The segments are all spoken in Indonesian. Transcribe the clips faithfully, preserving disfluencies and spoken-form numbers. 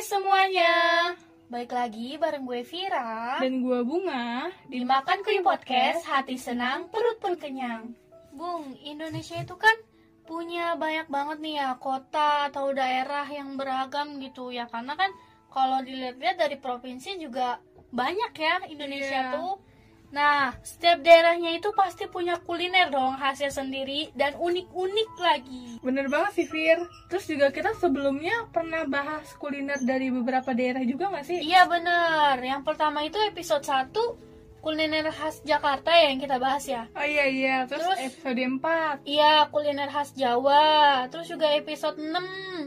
semuanya, balik lagi bareng gue Vira dan gue Bunga di Makan Kuy Podcast. Hati senang, perut pun kenyang. Bung, Indonesia itu kan punya banyak banget nih ya kota atau daerah yang beragam gitu ya, karena kan kalau dilihat-lihat dari provinsi juga banyak ya Indonesia yeah. tuh. Nah, setiap daerahnya itu pasti punya kuliner dong khasnya sendiri dan unik-unik lagi. Bener banget sih Fir. Terus juga kita sebelumnya pernah bahas kuliner dari beberapa daerah juga gak sih? Iya bener. Yang pertama itu episode satu kuliner khas Jakarta ya yang kita bahas ya. Oh iya iya. Terus, Terus episode empat iya kuliner khas Jawa. Terus juga episode enam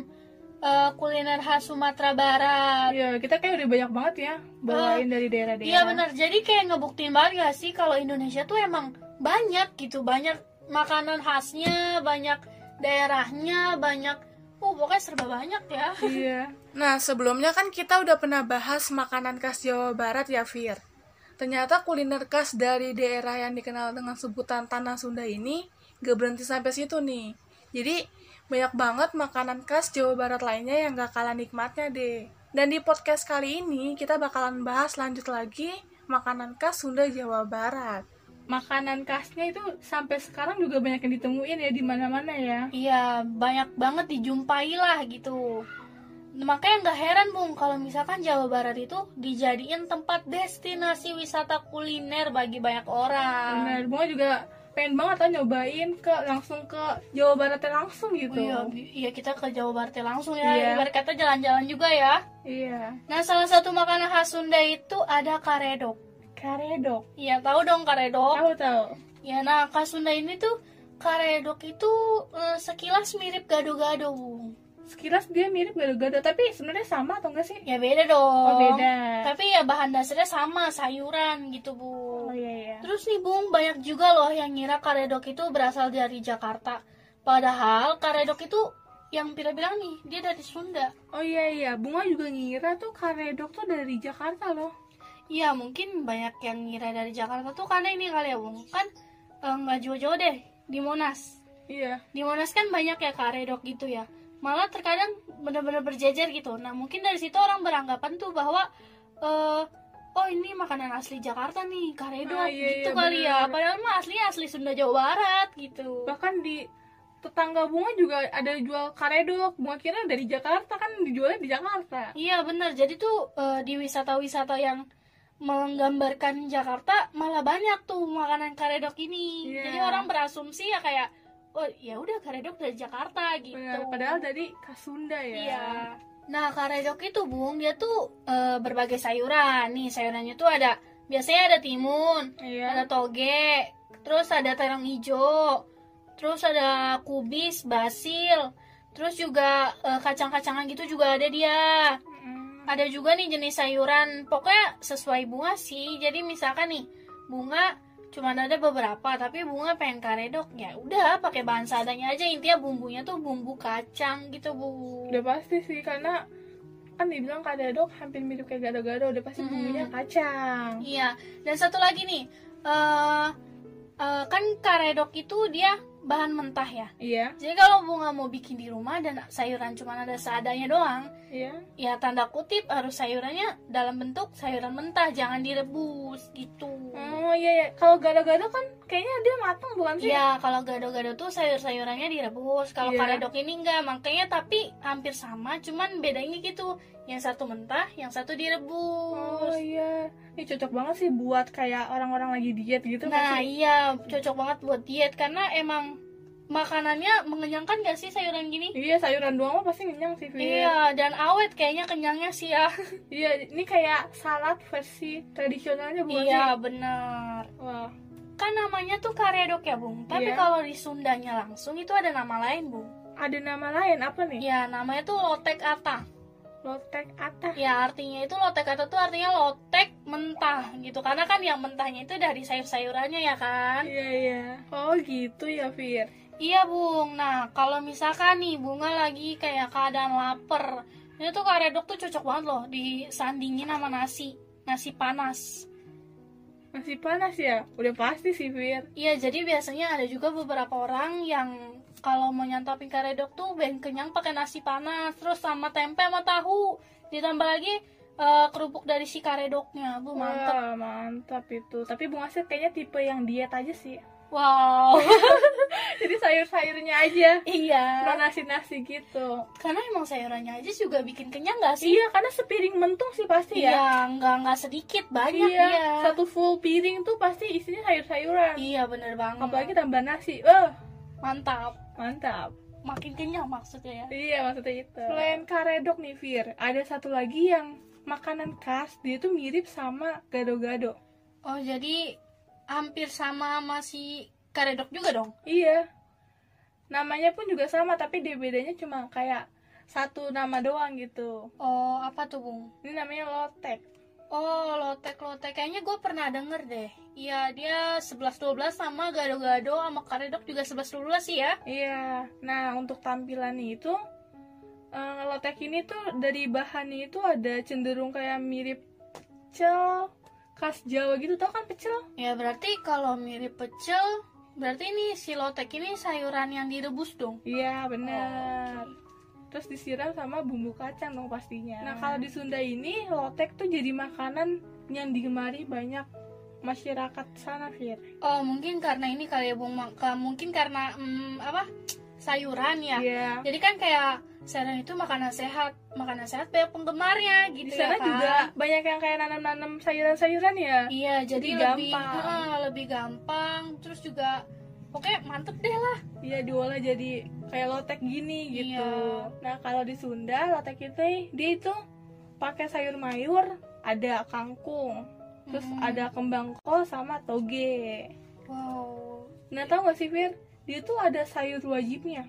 Uh, kuliner khas Sumatera Barat. Iya, kita kayak udah banyak banget ya bawain uh, dari daerah-daerah. Iya benar. Jadi kayak ngebuktiin banget gak sih kalau Indonesia tuh emang banyak gitu, banyak makanan khasnya, banyak daerahnya, banyak uh pokoknya serba banyak ya. Iya. Nah, sebelumnya kan kita udah pernah bahas makanan khas Jawa Barat ya, Fir. Ternyata kuliner khas dari daerah yang dikenal dengan sebutan Tanah Sunda ini gak berhenti sampai situ nih. Jadi banyak banget makanan khas Jawa Barat lainnya yang gak kalah nikmatnya deh. Dan di podcast kali ini kita bakalan bahas lanjut lagi makanan khas Sunda Jawa Barat. Makanan khasnya itu sampai sekarang juga banyak yang ditemuin ya di mana-mana ya. Iya, banyak banget dijumpai lah gitu. Makanya gak heran Bung kalau misalkan Jawa Barat itu dijadiin tempat destinasi wisata kuliner bagi banyak orang. Benar, Bunga juga pengen banget kan nyobain ke langsung ke Jawa Baratnya langsung gitu. Oh, iya, iya kita ke Jawa Baratnya langsung ya. Iya. Ibarat kata jalan-jalan juga ya. Iya. Nah, salah satu makanan khas Sunda itu ada karedok. Karedok. Iya, tahu dong karedok? Tahu tahu. Ya, nah khas Sunda ini tuh karedok itu eh, sekilas mirip gado-gado, Bung. Sekilas dia mirip gado-gado, tapi sebenarnya sama atau enggak sih? Ya beda dong. Oh, beda. Tapi ya bahan dasarnya sama, sayuran gitu, Bu. Oh iya iya. Terus nih, Bung, banyak juga loh yang ngira karedok itu berasal dari Jakarta. Padahal karedok itu yang Pira bilang nih, dia dari Sunda. Oh iya iya, Bunga juga ngira tuh karedok tuh dari Jakarta loh. Iya, mungkin banyak yang ngira dari Jakarta tuh karena ini kali ya, Bung. Kan enggak eh, jauh-jauh deh di Monas. Iya. Di Monas kan banyak ya karedok gitu ya. Malah terkadang benar-benar berjejer gitu. Nah mungkin dari situ orang beranggapan tuh bahwa uh, oh ini makanan asli Jakarta nih, karedok. Ah, iya, gitu iya, kali bener. Ya. Padahal mah aslinya asli Sunda Jawa Barat gitu. Bahkan di tetangga Bunga juga ada jual karedok. Bunga kira dari Jakarta, kan dijualnya di Jakarta. Iya benar. Jadi tuh uh, di wisata-wisata yang menggambarkan Jakarta malah banyak tuh makanan karedok ini. Yeah. Jadi orang berasumsi ya kayak oh ya udah karedok dari Jakarta gitu. Benar, padahal dari khas Sunda ya. Iya. Nah karedok itu Bung dia tuh e, berbagai sayuran. Nih sayurannya tuh ada biasanya ada timun, iya. Ada toge, terus ada terong hijau, terus ada kubis, basil, terus juga e, kacang-kacangan gitu juga ada dia. Mm. Ada juga nih jenis sayuran. Pokoknya sesuai Bunga sih. Jadi misalkan nih Bunga cuma ada beberapa, tapi Bunga pengen karedok, ya udah pakai bahan seadanya aja. Intinya bumbunya tuh bumbu kacang gitu, Bu. Udah pasti sih, karena kan dibilang karedok hampir mirip kayak gado-gado, udah pasti hmm. bumbunya kacang. Iya, dan satu lagi nih, uh, uh, kan karedok itu dia bahan mentah ya. Iya. Jadi kalau Bunga mau bikin di rumah dan sayuran cuma ada seadanya doang, iya. Ya tanda kutip harus sayurannya dalam bentuk sayuran mentah, jangan direbus gitu. Oh iya ya. Kalau gado-gado kan kayaknya dia matang bukan sih? Iya, kalau gado-gado tuh sayur-sayurannya direbus. Kalau yeah. karedok ini enggak, makanya tapi hampir sama, cuman bedanya gitu. Yang satu mentah, yang satu direbus. Oh iya. Ini cocok banget sih buat kayak orang-orang lagi diet gitu. Nah iya, cocok banget buat diet karena emang makanannya mengenyangkan gak sih sayuran gini? Iya, sayuran doang mah pasti kenyang sih, Fir. Iya, dan awet kayaknya kenyangnya sih ya. Iya, ini kayak salad versi tradisionalnya bukan sih? Iya, sih? benar. Wah. Kan namanya tuh karedok ya, Bung. Tapi iya. Kalau di Sundanya langsung itu ada nama lain, Bung. Ada nama lain, apa nih? Ya, namanya tuh lotek ata. Lotek ata? Ya, artinya itu lotek ata tuh artinya lotek mentah gitu. Karena kan yang mentahnya itu dari sayur-sayurannya ya kan? Iya, iya. Oh gitu ya, Fir. Iya Bung, nah kalau misalkan nih Bunga lagi kayak keadaan lapar, ini tuh karedok tuh cocok banget loh disandingin sama nasi, nasi panas. Nasi panas ya? Udah pasti sih, Fir. Iya, jadi biasanya ada juga beberapa orang yang kalau mau nyantapin karedok tuh ben kenyang pakai nasi panas, terus sama tempe sama tahu. Ditambah lagi uh, kerupuk dari si karedoknya. Bu, mantap. Wah, mantap itu. Tapi Bung Aset kayaknya tipe yang diet aja sih. Wow. Jadi sayur-sayurnya aja. Iya. Nggak nasi-nasi gitu. Karena emang sayurannya aja juga bikin kenyang gak sih? Iya, karena sepiring mentung sih pasti ya. Iya, nggak nggak sedikit, banyak iya. iya. Satu full piring tuh pasti isinya sayur-sayuran. Iya, bener banget. Apalagi tambah nasi. Eh, mantap. Mantap. Makin kenyang maksudnya ya. Iya, maksudnya itu. Selain karedok nih, Fir, ada satu lagi yang makanan khas, dia tuh mirip sama gado-gado. Oh, jadi hampir sama sama si karedok juga dong? Iya. Namanya pun juga sama, tapi dia bedanya cuma kayak satu nama doang gitu. Oh, apa tuh, Bung? Ini namanya lotek. Oh, lotek-lotek. Kayaknya gue pernah denger deh. Iya, dia sebelas dua belas sama gado-gado sama karedok juga sebelas dua belas sih ya? Iya. Nah, untuk tampilannya itu, uh, lotek ini tuh dari bahannya itu ada cenderung kayak mirip pecel khas Jawa gitu, tau kan pecel? Ya, berarti kalau mirip pecel, berarti ini si lotek ini sayuran yang direbus dong? Iya, benar. Oh, okay. Terus disiram sama bumbu kacang dong pastinya. Nah, kalau di Sunda ini lotek tuh jadi makanan yang digemari banyak masyarakat sana, Fir. Oh, mungkin karena ini kali ya, Bung. Mungkin karena hmm, apa? Sayuran ya. Yeah. Jadi kan kayak sayuran itu makanan sehat, makanan sehat banyak penggemarnya gitu. Di sana ya kan? juga banyak yang kayak nanam-nanam sayuran-sayuran ya. Iya, jadi, jadi lebih gampang. Uh, lebih gampang. Terus juga pokoknya mantep deh lah. Iya, diolah jadi kayak lotek gini gitu. Iya. Nah, kalau di Sunda lotek itu dia itu pakai sayur mayur, ada kangkung, terus hmm. ada kembang kol sama toge. Wow. Nah, tau gak sih, Fir? Dia tuh ada sayur wajibnya.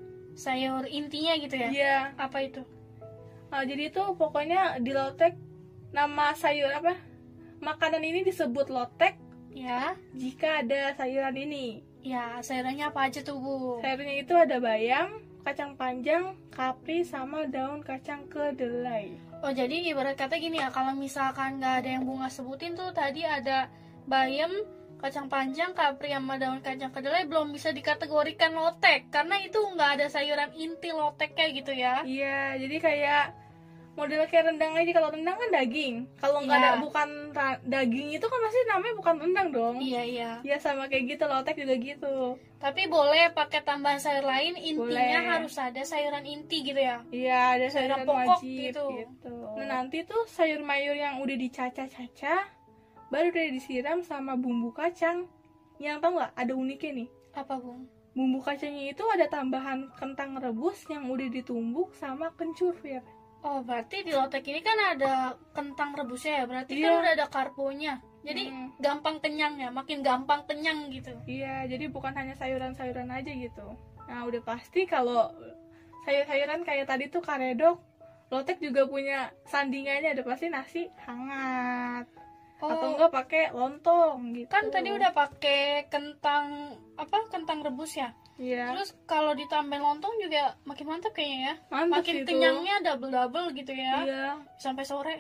Sayur intinya gitu ya? Iya. Apa itu? Nah, jadi itu pokoknya di lotek nama sayur apa? Makanan ini disebut lotek. Ya. Jika ada sayuran ini. Ya, sayurannya apa aja tuh, Bu? Sayurnya itu ada bayam, kacang panjang, kapri, sama daun kacang kedelai. Oh, jadi ibarat kata gini ya, kalau misalkan nggak ada yang Bunga sebutin tuh, tadi ada bayam, kacang panjang, kapri, sama daun kacang kedelai, belum bisa dikategorikan lotek, karena itu nggak ada sayuran inti lotek kayak gitu ya. Iya, jadi kayak model kayak rendang aja. Kalau rendang kan daging, kalau nggak ya. ada bukan ra- daging itu kan pasti namanya bukan rendang dong. Iya, iya. Ya sama kayak gitu, lotek juga gitu. Tapi boleh pakai tambahan sayur lain, intinya Boleh. harus ada sayuran inti gitu ya. Iya, ada sayuran, sayuran pokok wajib gitu. gitu. Nah, nanti tuh sayur mayur yang udah dicaca-caca baru udah disiram sama bumbu kacang. Yang tau nggak ada uniknya nih? Apa, Bung? Bumbu kacangnya itu ada tambahan kentang rebus yang udah ditumbuk sama kencur, Fir. Oh, berarti di lotek ini kan ada kentang rebusnya ya, berarti Iya. kan udah ada karbonya. Jadi Hmm. gampang kenyang ya, makin gampang kenyang gitu. Iya, jadi bukan hanya sayuran-sayuran aja gitu. Nah, udah pasti kalau sayur-sayuran kayak tadi tuh karedok, lotek juga punya sandingannya, ada pasti nasi hangat. Oh, Atau enggak pakai lontong gitu. kan tadi udah pakai kentang apa? Kentang rebus ya. Iya. Terus kalau ditambahin lontong juga makin mantap kayaknya ya. Mantap makin itu. kenyangnya double-double gitu ya. Iya. Sampai sore.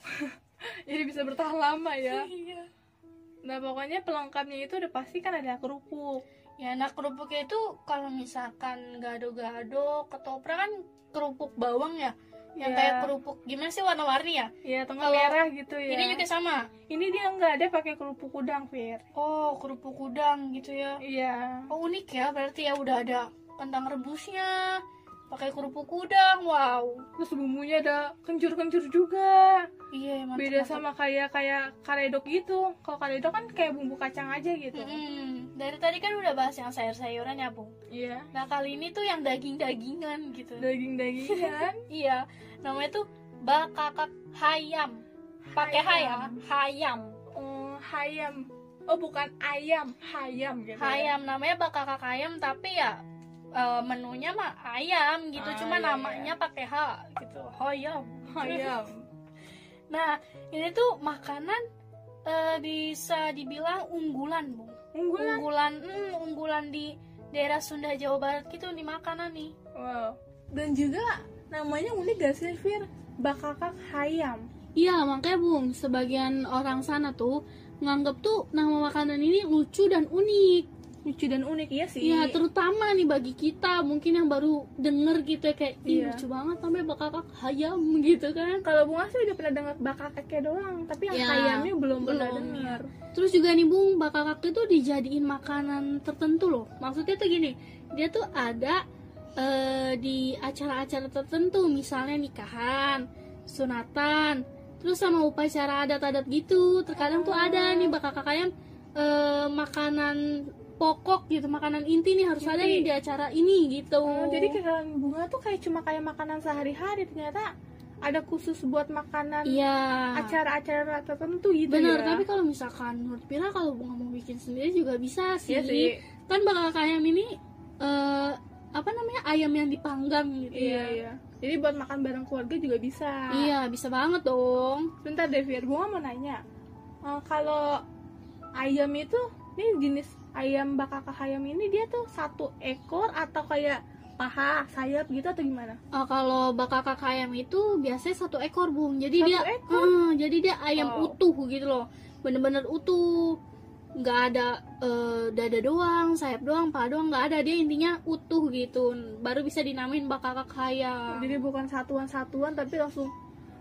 Jadi bisa bertahan lama ya. Iya. Nah, pokoknya pelengkapnya itu udah pasti kan ada kerupuk. Ya, nah kerupuknya itu kalau misalkan gado-gado, ketoprak kan kerupuk bawang ya. Yang Iya. kayak kerupuk gimana sih warna-warni ya? Iya, atau nggak Kalau merah gitu ya. Ini juga sama. Ini dia nggak ada pakai kerupuk udang, Fir. Oh, kerupuk udang gitu ya. Iya. Oh, unik ya, berarti ya udah ada kentang rebusnya, pakai kerupuk udang, wow. Terus bumbunya ada kencur-kencur juga. Iya, mantap. Beda mantap. sama kayak kayak karedok gitu. Kalau karedok kan kayak bumbu kacang aja gitu. Mm-mm. Dari tadi kan udah bahas yang sayur-sayuran ya, Bung. Iya. Nah, kali ini tuh yang daging-dagingan gitu. Daging-dagingan. Iya, namanya tuh bakakak hayam. Pakai hayam, hayam. Oh, hayam. Oh, bukan ayam, hayam gitu. ya. Hayam namanya bakakak hayam, tapi ya eh, menunya mah ayam gitu, Ah, cuma iya, namanya pakai H gitu. Hayam. Hayam. Nah, ini tuh makanan eh, bisa dibilang unggulan, Bung. Unggulan. Unggulan, hmm, unggulan di daerah Sunda Jawa Barat gitu nih makanan nih. Wow. Dan juga namanya unik gak sih, Fir? Bakakak hayam. Iya, makanya Bung, sebagian orang sana tuh nganggap tuh nama makanan ini lucu dan unik. Lucu dan unik, iya sih. Ya terutama nih bagi kita mungkin yang baru denger gitu ya, kayak ih Iya. lucu banget sampai bakakak hayam gitu kan. Kalau Bunga sih udah pernah dengar bakakake doang, tapi yang Ya, ayamnya belum pernah belum. dengar. Terus juga nih Bung, bakakak itu dijadiin makanan tertentu loh. Maksudnya tuh gini, dia tuh ada eh, di acara-acara tertentu, misalnya nikahan, sunatan, terus sama upacara adat-adat gitu. Terkadang tuh ada nih bakakak ayam eh, makanan pokok gitu, makanan inti nih harus ada nih di acara ini gitu. Oh, jadi kehilangan Bunga tuh kayak cuma kayak makanan sehari-hari, ternyata ada khusus buat makanan Iya. acara-acara tertentu gitu. Bener, ya. tapi kalau misalkan menurut Pira kalau Bunga mau bikin sendiri juga bisa sih. Iya sih. Kan bakal ayam ini eh, apa namanya, ayam yang dipanggang gitu Iya, ya. iya. Jadi buat makan bareng keluarga juga bisa. Iya, bisa banget dong. Bentar deh, Fir. Bunga mau nanya. Eh, kalau ayam itu, ini jenis ayam bakakak ayam ini dia tuh satu ekor atau kayak paha, sayap gitu atau gimana? Eh, kalau bakakak ayam itu biasanya satu ekor Bung. Jadi Satu dia ekor? eh, jadi dia ayam Wow. utuh gitu loh. Bener-bener utuh. Nggak ada eh, dada doang, sayap doang, paha doang, nggak ada. Dia intinya utuh gitu. Baru bisa dinamain bakakak ayam. Jadi bukan satuan-satuan tapi langsung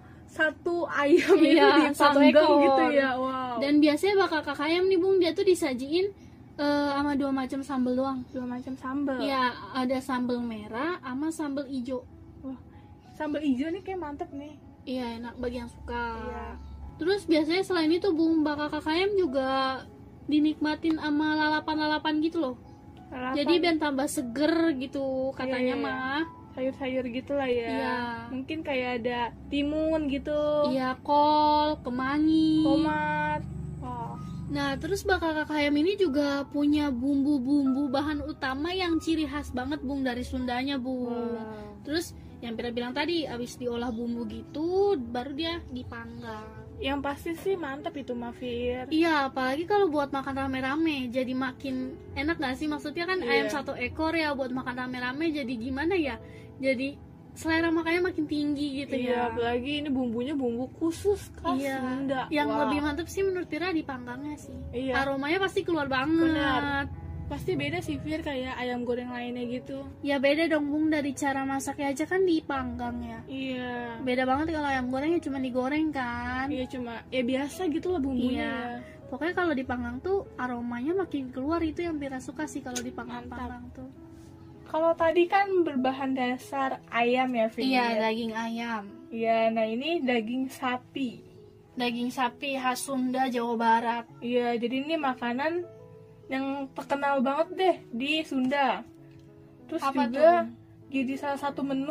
satu ayam Iya, itu satu dipanggang ekor. gitu ya. Wow. Dan biasanya bakakak ayam nih Bung, dia tuh disajiin eh, sama dua macam sambal doang. dua macam sambal. Iya, ada sambal merah sama sambal hijau. Wah, sambal hijau nih kayak mantep nih. Iya, enak bagi yang suka. Iya. Terus biasanya selain itu Bung, bakakak ayam juga dinikmatin sama lalapan-lalapan gitu loh. Lalapan, Jadi biar tambah seger gitu katanya Iya, iya. mah. sayur-sayur gitu lah ya. Iya. Mungkin kayak ada timun gitu. Iya, kol, kemangi. Tomat. Wah. Nah, terus bakakak ayam ini juga punya bumbu-bumbu bahan utama yang ciri khas banget Bung dari Sundanya Bung. Wow. Terus yang Pira bilang tadi, abis diolah bumbu gitu, baru dia dipanggang. Yang pasti sih mantep itu Mafir. Iya, apalagi kalau buat makan rame-rame, jadi makin enak gak sih? Maksudnya kan Iya. ayam satu ekor ya, buat makan rame-rame jadi gimana ya? Jadi selera makannya makin tinggi gitu Iya, ya. apalagi ini bumbunya bumbu khusus khas Iya. Sunda. Yang Wah. lebih mantep sih menurut Pira dipanggangnya sih. Iya. Aromanya pasti keluar banget. Benar. Pasti beda sih Fir kayak ayam goreng lainnya gitu. Ya beda dong Bung, dari cara masaknya aja kan dipanggang ya. Iya. Beda banget kalau ayam gorengnya cuma digoreng kan. Iya cuma ya biasa gitu lah bumbunya. Iya. Pokoknya kalau dipanggang tuh aromanya makin keluar, itu yang Pira suka sih kalau dipanggang-panggang tuh. Kalau tadi kan berbahan dasar ayam ya Fir. Iya, daging ayam. Iya, nah ini daging sapi. Daging sapi khas Sunda, Jawa Barat. Iya, jadi ini makanan yang terkenal banget deh di Sunda. Terus Apa juga tuh? jadi salah satu menu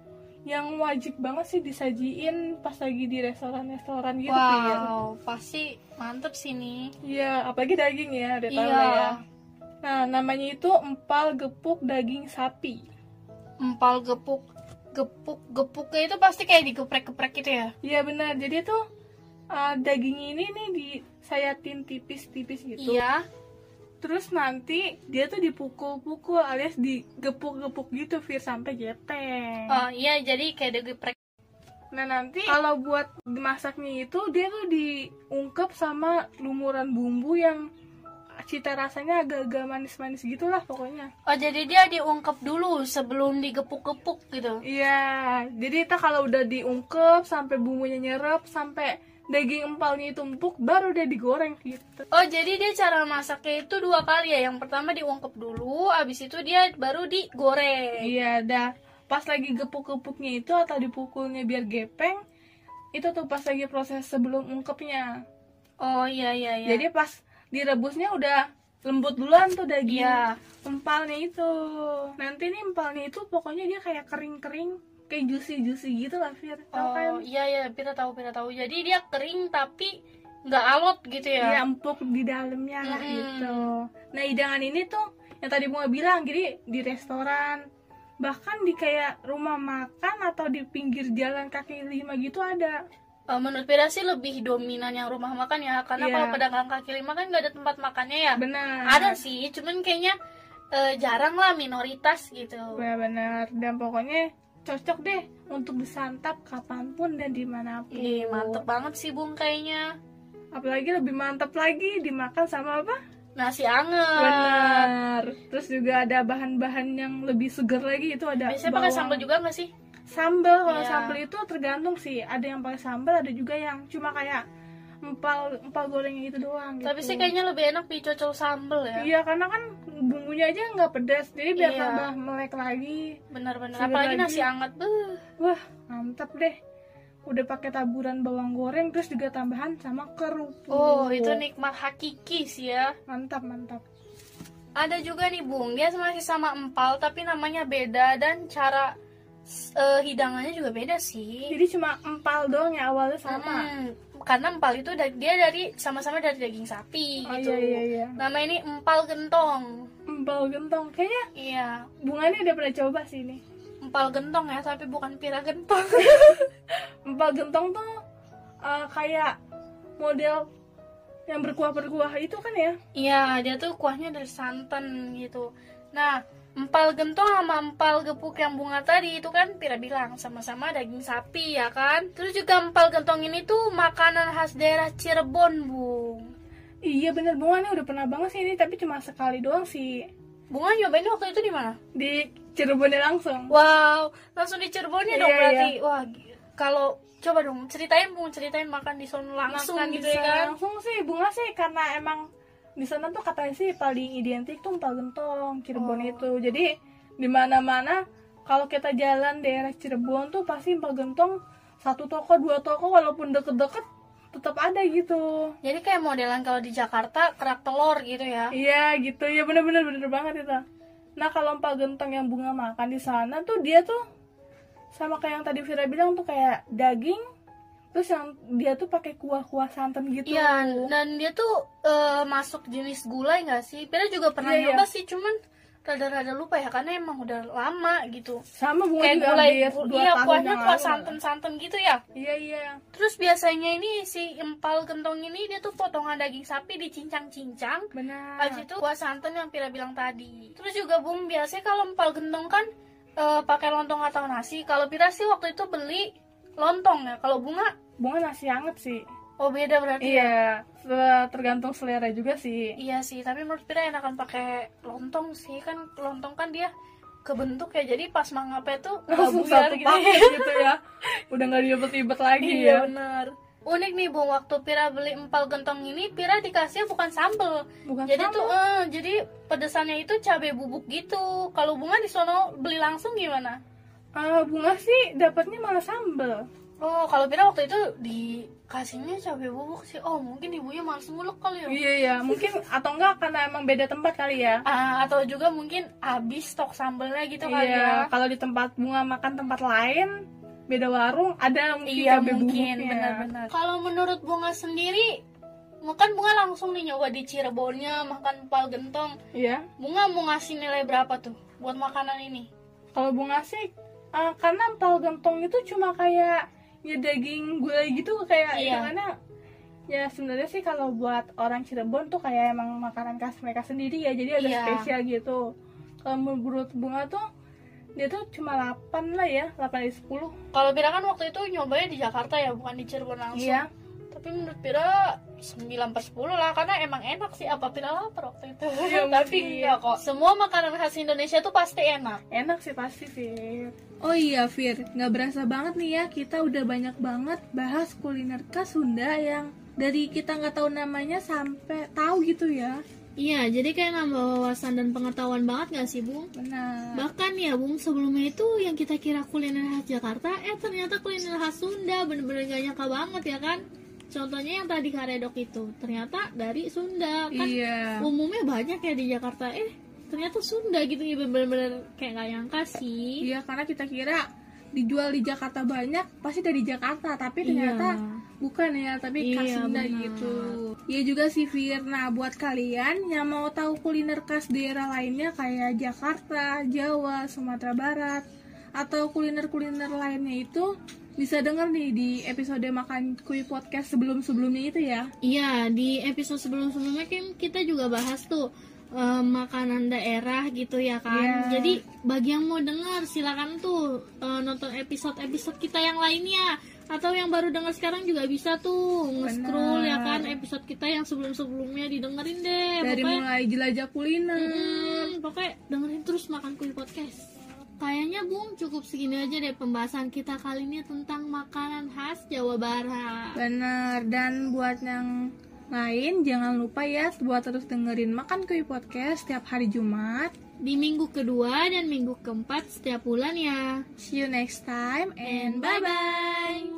yang wajib banget sih disajiin pas lagi di restoran-restoran gitu Fir. Wow, pasti mantep sih nih. Iya, apalagi daging ya, udah tahu Iya. lah ya. Nah, namanya itu empal gepuk daging sapi. Empal gepuk, gepuk, gepuknya itu pasti kayak digeprek-geprek gitu ya. Iya benar, jadi tuh uh, daging ini nih disayatin tipis-tipis gitu. Iya. Terus nanti dia tuh dipukul-pukul alias digepuk-gepuk gitu Fir sampai gepeng. Oh iya, jadi kayak digeprek. Nah nanti kalau buat dimasaknya itu dia tuh diungkep sama lumuran bumbu yang cita rasanya agak-agak manis-manis gitulah pokoknya. Oh, jadi dia diungkep dulu sebelum digepuk-gepuk gitu. Iya, jadi itu kalau udah diungkep sampai bumbunya nyerap, sampai daging empalnya itu empuk, baru udah digoreng gitu. Oh, jadi dia cara masaknya itu dua kali ya. Yang pertama diungkep dulu, abis itu dia baru digoreng. Iya, dah pas lagi gepuk-gepuknya itu atau dipukulnya biar gepeng, itu tuh pas lagi proses sebelum ungkepnya. Oh iya iya iya. Jadi pas direbusnya udah lembut duluan tuh daging Iya. empalnya itu. Nanti nih empalnya itu pokoknya dia kayak kering-kering, kayak juicy-juicy gitu lah Fir. Tahu kan? Oh iya iya, Pira tahu Pira tahu. Jadi dia kering tapi nggak alot gitu Iya, ya. empuk di dalamnya lah Mm-mm. gitu. Nah, hidangan ini tuh yang tadi Bunga bilang, jadi di restoran, bahkan di kayak rumah makan atau di pinggir jalan kaki lima gitu ada. Eh, menurut Pira sih lebih dominan yang rumah makan ya, karena Iya. kalau pedagang kaki lima kan nggak ada tempat makannya ya. Benar. Ada sih, cuman kayaknya eh, jarang lah, minoritas gitu. Benar-benar. Dan pokoknya cocok deh untuk disantap kapanpun dan dimanapun. Ih, mantep banget sih Bung kayaknya. Apalagi lebih mantap lagi dimakan sama apa? Nasi anget. Benar. Terus juga ada bahan-bahan yang lebih segar lagi, itu ada Biasanya pakai sambal juga nggak sih? Sambal, kalau Iya. sambal itu tergantung sih. Ada yang pakai sambal, ada juga yang cuma kayak empal empal gorengnya itu doang gitu. Tapi sih kayaknya lebih enak dicocol sambal ya. Iya, karena kan bumbunya aja nggak pedas, jadi biar Iya. tambah melek lagi. Benar-benar. Segar Apalagi lagi. nasi anget. Beuh. Wah, mantap deh. Udah pakai taburan bawang goreng, terus juga tambahan sama kerupuk. Oh, itu nikmat hakiki sih ya. Mantap, mantap. Ada juga nih Bung, dia masih sama empal tapi namanya beda dan cara eh, hidangannya juga beda sih. Jadi cuma empal doang ya awalnya sama. Mm, karena empal itu da- dia dari sama-sama dari daging sapi Oh, gitu. iya, iya, iya. Nama ini empal gentong. Empal gentong. Kayaknya Iya, bunganya udah pernah coba sih ini. empal gentong ya, tapi bukan pira gentong. Empal gentong tuh uh, kayak model yang berkuah-berkuah itu kan ya? Iya, dia tuh kuahnya dari santan gitu. Nah, empal gentong sama empal gepuk yang bunga tadi itu kan Pira bilang sama-sama daging sapi ya kan. Terus juga empal gentong ini tuh makanan khas daerah Cirebon, Bung. Iya bener, bunga nih udah pernah banget sih ini, tapi cuma sekali doang sih. Bunga nyobain waktu itu di mana? Di Cirebonnya langsung. Wow, langsung di Cirebonnya dong Iya, berarti. iya. Wah, gi- kalau coba dong ceritain Bung, ceritain makan di sono langsung Makan gitu di ya sana kan. langsung sih, bunga sih karena emang di sana tuh katanya sih paling identik tuh empal gentong Cirebon Oh. itu. Jadi di mana-mana kalau kita jalan daerah Cirebon tuh pasti empal gentong satu toko dua toko, walaupun deket-deket tetap ada gitu. Jadi kayak modelan kalau di Jakarta kerak telur gitu ya. Iya gitu, ya bener-bener bener banget itu. Nah kalau empal gentong yang bunga makan di sana tuh dia tuh sama kayak yang tadi Vira bilang tuh kayak daging, terus yang dia tuh pakai kuah-kuah santan gitu. Iya, dan dia tuh eh, masuk jenis gulai nggak sih? Pira juga pernah Iya, nyoba iya. sih, cuman rada-rada lupa ya karena emang udah lama gitu. Sama bunga Kayak juga gulai, hampir gu- dua iya tahun kuahnya yang kuah lalu. santan-santan gitu ya. Iya iya. Terus biasanya ini si empal gentong ini dia tuh potongan daging sapi dicincang-cincang. Benar. Habis itu kuah santan yang Pira bilang tadi. Terus juga Bung, biasanya kalau empal gentong kan eh, pakai lontong atau nasi. Kalau Pira sih waktu itu beli lontong ya. Kalau Bunga, Bunga nasi anget sih. oh beda berarti. ya? Iya, se- tergantung selera juga sih. Iya sih, tapi menurut Pira enakan pakai lontong sih. Kan lontong kan dia kebentuk ya, jadi pas mangapnya tuh nggak Langsung buyar satu gitu paket ya. gitu ya. Udah nggak ribet-ribet lagi Iya ya. benar. Unik nih Bung, waktu Pira beli empal gentong ini Pira dikasih bukan sambel. Bukan Jadi sambal. tuh eh, jadi pedesannya itu cabai bubuk gitu. Kalau Bunga di sono beli langsung gimana? Eh, bunga sih dapatnya malah sambel. Oh, kalau Pira waktu itu dikasihnya cabai bubuk sih. Oh, mungkin ibunya malas ngulek kali ya. Iya iya, mungkin atau enggak karena emang beda tempat kali ya. Ah, atau juga mungkin habis stok sambelnya gitu kali ya. Iya, kalau di tempat bunga makan tempat lain, beda warung, ada mungkin Iya cabai mungkin bubuknya. benar-benar. Kalau menurut Bunga sendiri, makan Bunga langsung nih nyoba di Cirebonnya makan empal gentong. Iya. Bunga mau ngasih nilai berapa tuh buat makanan ini? Kalau bunga sih, eh, karena empal gentong itu cuma kayak ya daging gulai gitu kayak Iya. gimana? Ya sebenarnya sih kalau buat orang Cirebon tuh kayak emang makanan khas mereka sendiri ya, jadi ada Iya. spesial gitu. Kalau menurut bunga tuh dia tuh cuma delapan lah ya, delapan dari sepuluh. Kalau Pira kan waktu itu nyobanya di Jakarta ya, bukan di Cirebon langsung. Iya. Tapi menurut Pira sembilan per sepuluh lah, karena emang enak sih. Apa Pira lapar waktu itu? Iya, Tapi mungkin. enggak kok. Semua makanan khas Indonesia tuh pasti enak. Enak sih pasti sih. Oh iya Fir, nggak berasa banget nih ya, kita udah banyak banget bahas kuliner khas Sunda yang dari kita nggak tahu namanya sampai tahu gitu ya. Iya, jadi kayak nambah wawasan dan pengetahuan banget gak sih, Bung? Benar. Bahkan ya, Bung, sebelumnya itu yang kita kira kuliner khas Jakarta, eh ternyata kuliner khas Sunda, bener-bener gak nyangka banget ya kan? Contohnya yang tadi karedok itu, ternyata dari Sunda. Kan Iya. umumnya banyak ya di Jakarta, eh ternyata Sunda gitu ya, bener-bener kayak gak nyangka sih. Iya, karena kita kira dijual di Jakarta banyak pasti dari Jakarta, tapi ternyata Iya. bukan ya, tapi khas Iya, Sunda benar. gitu. Iya juga sih Fir. Nah, buat kalian yang mau tahu kuliner khas daerah lainnya kayak Jakarta, Jawa, Sumatera Barat, atau kuliner-kuliner lainnya itu bisa denger nih di episode Makan Kuy Podcast sebelum-sebelumnya itu ya. Iya, di episode sebelum-sebelumnya kan kita juga bahas tuh eh, makanan daerah gitu ya kan. Iya. Jadi bagi yang mau dengar silakan tuh eh, nonton episode-episode kita yang lainnya. Atau yang baru dengar sekarang juga bisa tuh nge-scroll ya kan episode kita yang sebelum-sebelumnya didengerin deh. Dari pokoknya, mulai jelajah kuliner. hmm, pokoknya dengerin terus Makan Kuy Podcast. Kayaknya Bung cukup segini aja deh pembahasan kita kali ini tentang makanan khas Jawa Barat. Bener, dan buat yang lain jangan lupa ya buat terus dengerin Makan Kuy Podcast setiap hari Jumat Di minggu kedua dan minggu keempat setiap bulan ya. See you next time and And bye-bye.